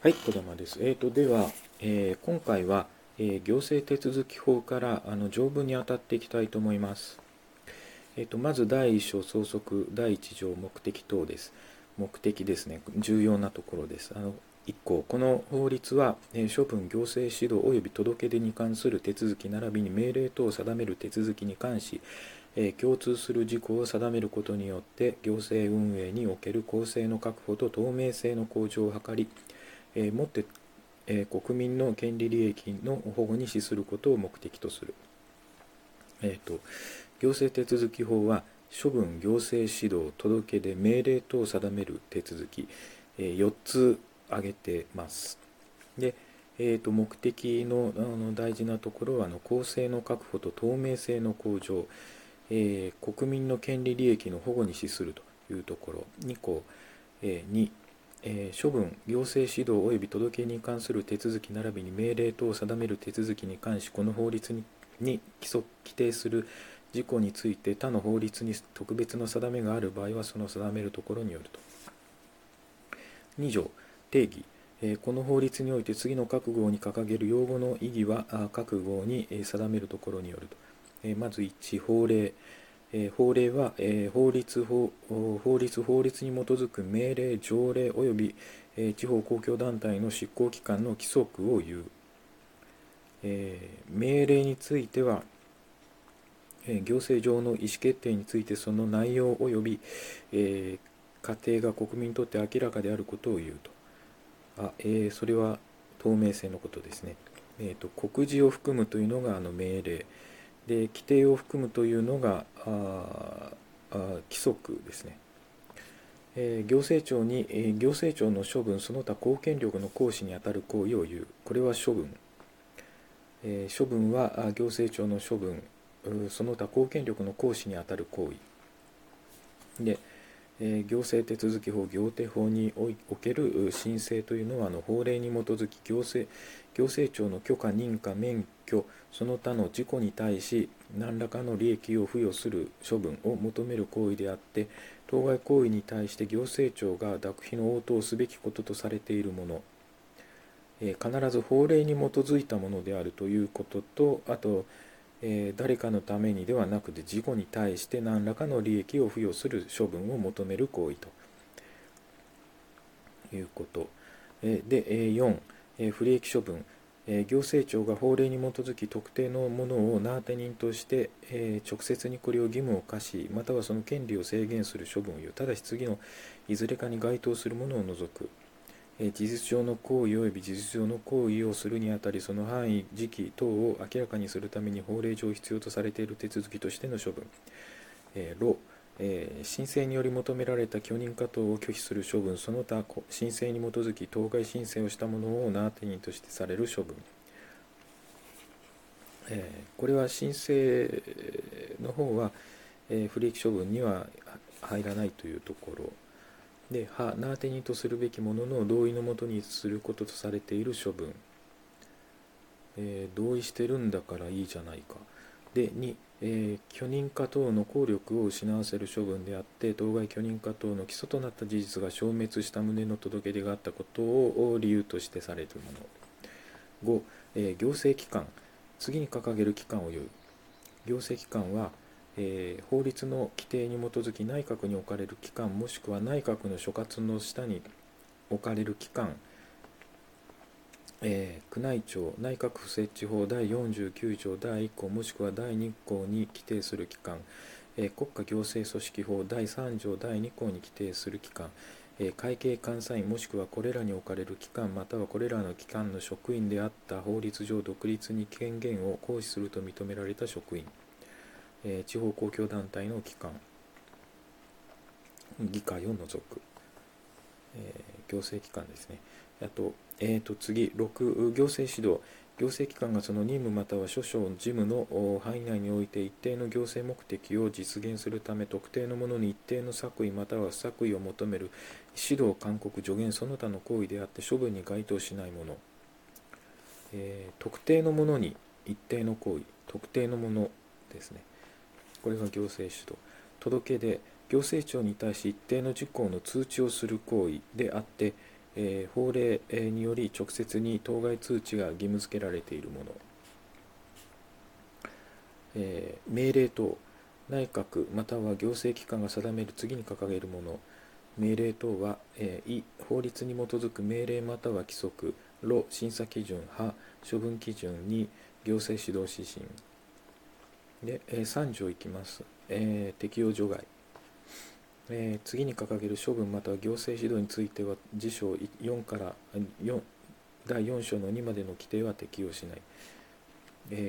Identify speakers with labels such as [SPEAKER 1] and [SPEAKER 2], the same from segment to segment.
[SPEAKER 1] はい、小玉です。では、今回は、行政手続法から条文に当たっていきたいと思います。まず第1章総則第1条目的等です。目的ですね。重要なところです。1項、この法律は、処分、行政指導及び届け出に関する手続き並びに命令等を定める手続きに関し、共通する事項を定めることによって行政運営における公正の確保と透明性の向上を図り、もって、国民の権利利益の保護に資することを目的とする。行政手続法は処分、行政指導、届け出、命令等を定める手続き、4つ挙げてます。で、目的の大事なところは公正の確保と透明性の向上、国民の権利利益の保護に資するというところ。2項、2、処分、行政指導及び届けに関する手続き並びに命令等を定める手続きに関し、この法律に規定する事項について他の法律に特別の定めがある場合はその定めるところによると。2条、定義。この法律において次の各号に掲げる用語の意義は各号に定めるところによると。まず1、法令。法令は法律に基づく命令、条例及び地方公共団体の執行機関の規則を言う。命令については行政上の意思決定についてその内容及び過程が国民にとって明らかであることを言うと。それは透明性のことですね。告示を含むというのが命令で、規定を含むというのが規則ですね。行政庁の処分その他公権力の行使にあたる行為を言う。これは処分。処分は行政庁の処分その他公権力の行使にあたる行為で、行政手続法行手法における申請というのは法令に基づき行政庁の許可、認可、免許その他の事項に対し何らかの利益を付与する処分を求める行為であって、当該行為に対して行政庁が諾否の応答すべきこととされているもの、必ず法令に基づいたものであるということと、あと誰かのためにではなくて自己に対して何らかの利益を付与する処分を求める行為ということ。で、4、不利益処分。行政庁が法令に基づき特定のものを名当て人として、直接にこれを義務を課し、またはその権利を制限する処分を言う。ただし次のいずれかに該当するものを除く。事実上の行為及び事実上の行為をするにあたり、その範囲、時期等を明らかにするために法令上必要とされている手続きとしての処分。ロ、申請により求められた許認可等を拒否する処分、その他申請に基づき当該申請をしたものを名当て人としてされる処分。これは申請の方は、不利益処分には入らないというところで、名当て人とするべきものの同意のもとにすることとされている処分。同意してるんだからいいじゃないか。で、2、許認可等の効力を失わせる処分であって、当該許認可等の基礎となった事実が消滅した旨の届け出があったことを理由としてされるもの。5、行政機関。次に掲げる機関を言う。行政機関は、法律の規定に基づき内閣に置かれる機関もしくは内閣の所轄の下に置かれる機関、宮内庁内閣府設置法第49条第1項もしくは第2項に規定する機関、国家行政組織法第3条第2項に規定する機関、会計監査院もしくはこれらに置かれる機関またはこれらの機関の職員であった法律上独立に権限を行使すると認められた職員、地方公共団体の機関、議会を除く、行政機関ですね。あと、次、6、行政指導。行政機関がその任務または諸々事務の範囲内において一定の行政目的を実現するため特定のものに一定の作為または不作為を求める指導、勧告、助言その他の行為であって処分に該当しないもの。特定のものに一定の行為、特定のものですね。これが行政指導。届け出、行政庁に対し一定の事項の通知をする行為であって、 法令により直接に当該通知が義務付けられているもの。命令等、内閣または行政機関が定める次に掲げるもの。命令等は、法律に基づく命令または規則、審査基準、処分基準、行政指導指針。で、3条いきます。適用除外。次に掲げる処分または行政指導については、次章4から第4章の2までの規定は適用しない。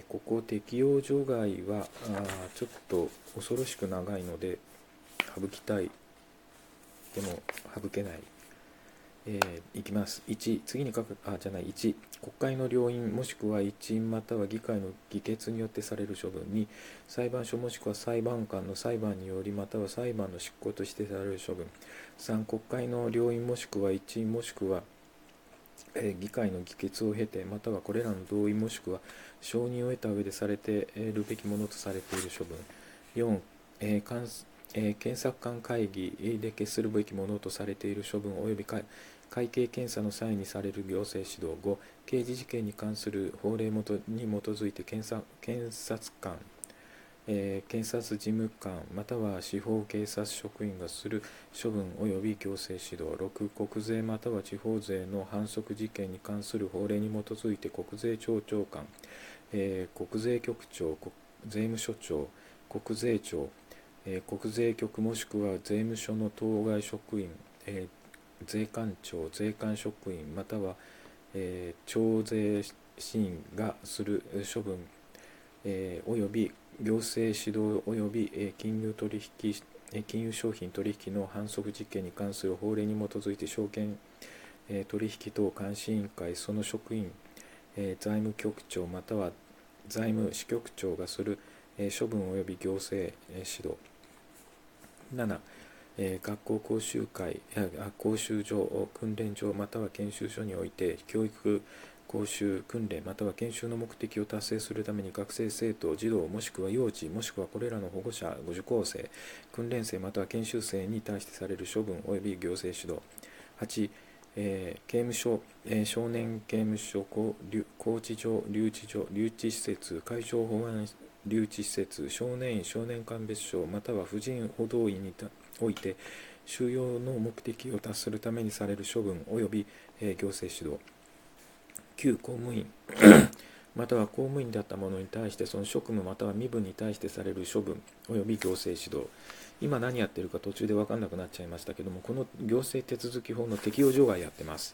[SPEAKER 1] ここ適用除外はちょっと恐ろしく長いので省きたい。でも省けない。いきます。1、次に1、国会の両院もしくは一院または議会の議決によってされる処分。2、裁判所もしくは裁判官の裁判によりまたは裁判の執行としてされる処分。3、国会の両院もしくは一院もしくは議会の議決を経てまたはこれらの同意もしくは承認を得た上でされているべきものとされている処分。4、検察官会議で決するべきものとされている処分及び会計検査の際にされる行政指導。5、刑事事件に関する法令に基づいて検察官、検察事務官または司法警察職員がする処分及び行政指導。6、国税または地方税の反則事件に関する法令に基づいて国税庁長官、国税局長、税務署長、国税庁、国税局もしくは税務署の当該職員、税関庁、税関職員または、徴税審員がする処分、及び行政指導及び金融商品取引の反則実験に関する法令に基づいて証券取引等監視委員会その職員、財務局長または財務支局長がする処分及び行政指導。7、学校講習会、講習所、訓練所または研修所において教育講習、訓練または研修の目的を達成するために学生、生徒、児童もしくは幼児もしくはこれらの保護者、受講生、訓練生または研修生に対してされる処分及び行政指導。8、刑務所、少年刑務所、拘置所、留置所、留置施設、海上保安留置施設、少年院、少年鑑別所または婦人補導院において収容の目的を達するためにされる処分及び行政指導。9、公務員または公務員であった者に対してその職務または身分に対してされる処分及び行政指導。今何やってるか途中で分かんなくなっちゃいましたけども、この行政手続法の適用除外やってます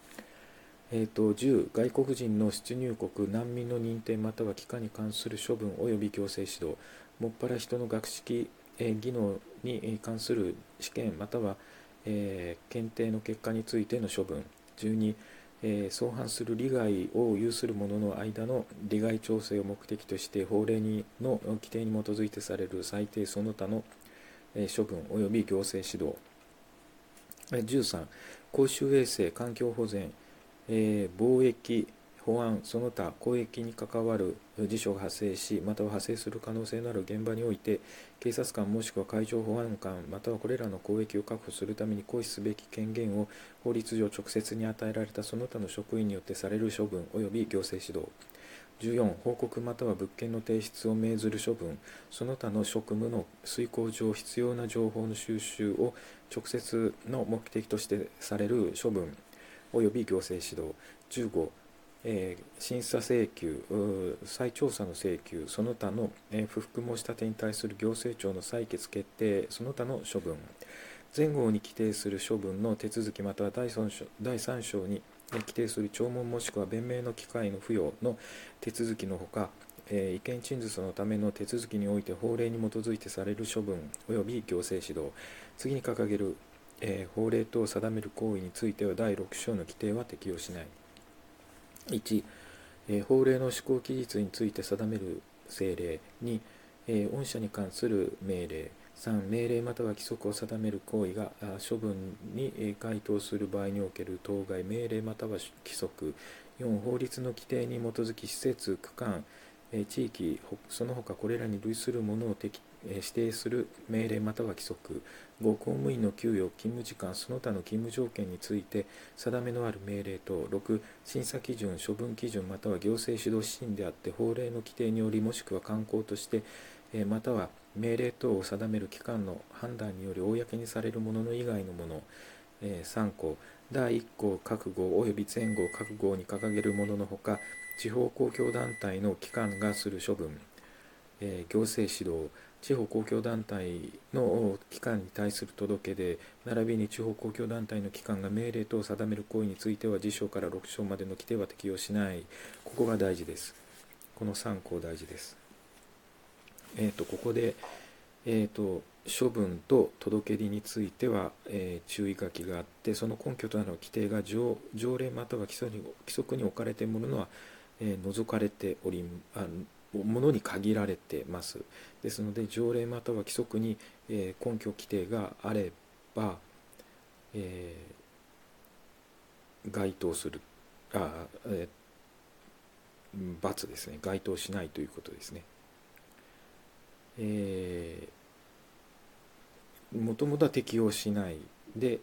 [SPEAKER 1] 。10、外国人の出入国、難民の認定または帰還に関する処分及び行政指導。もっぱら人の学識、技能に関する試験または、検定の結果についての処分。12、相反する利害を有する者の間の利害調整を目的として法令の規定に基づいてされる裁定その他の処分及び行政指導。13、公衆衛生、環境保全、貿易、保安、その他公益に関わる事象が発生し、または発生する可能性のある現場において、警察官もしくは海上保安官、またはこれらの公益を確保するために行使すべき権限を法律上直接に与えられたその他の職員によってされる処分及び行政指導。14、報告または物件の提出を命ずる処分、その他の職務の遂行上必要な情報の収集を直接の目的としてされる処分及び行政指導。15、審査請求、再調査の請求、その他の不服申し立てに対する行政庁の裁決決定、その他の処分。前後に規定する処分の手続きまたは第3章に規定する聴聞もしくは弁明の機会の付与の手続きのほか、意見陳述のための手続きにおいて法令に基づいてされる処分及び行政指導。次に掲げる、法令等を定める行為については第6章の規定は適用しない。1、法令の施行期日について定める政令。2、御社に関する命令。3、命令または規則を定める行為が処分に該当する場合における当該命令または規則。4、法律の規定に基づき施設、区間、地域、その他これらに類するものを指定する命令または規則、5、公務員の給与、勤務時間、その他の勤務条件について定めのある命令等、6、審査基準、処分基準または行政指導指針であって法令の規定によりもしくは慣行としてまたは命令等を定める機関の判断により公にされるものの以外のもの、3項、第1項各号及び前後各号に掲げるもののほか、地方公共団体の機関がする処分、行政指導、地方公共団体の機関に対する届け出、並びに地方公共団体の機関が命令等を定める行為については、次章から6章までの規定は適用しない。ここが大事です。この3項大事です。ここで、処分と届け出については、注意書きがあって、その根拠となる規定が条例または規則に置かれているものは、除かれておりものに限られてます。ですので条例または規則に、根拠規定があれば、該当する×ですね。該当しないということですね。もともとは適用しないで、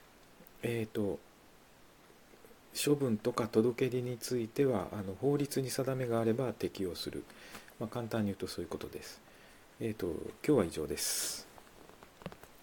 [SPEAKER 1] 処分とか届け出については法律に定めがあれば適用する、簡単に言うとそういうことです。今日は以上です。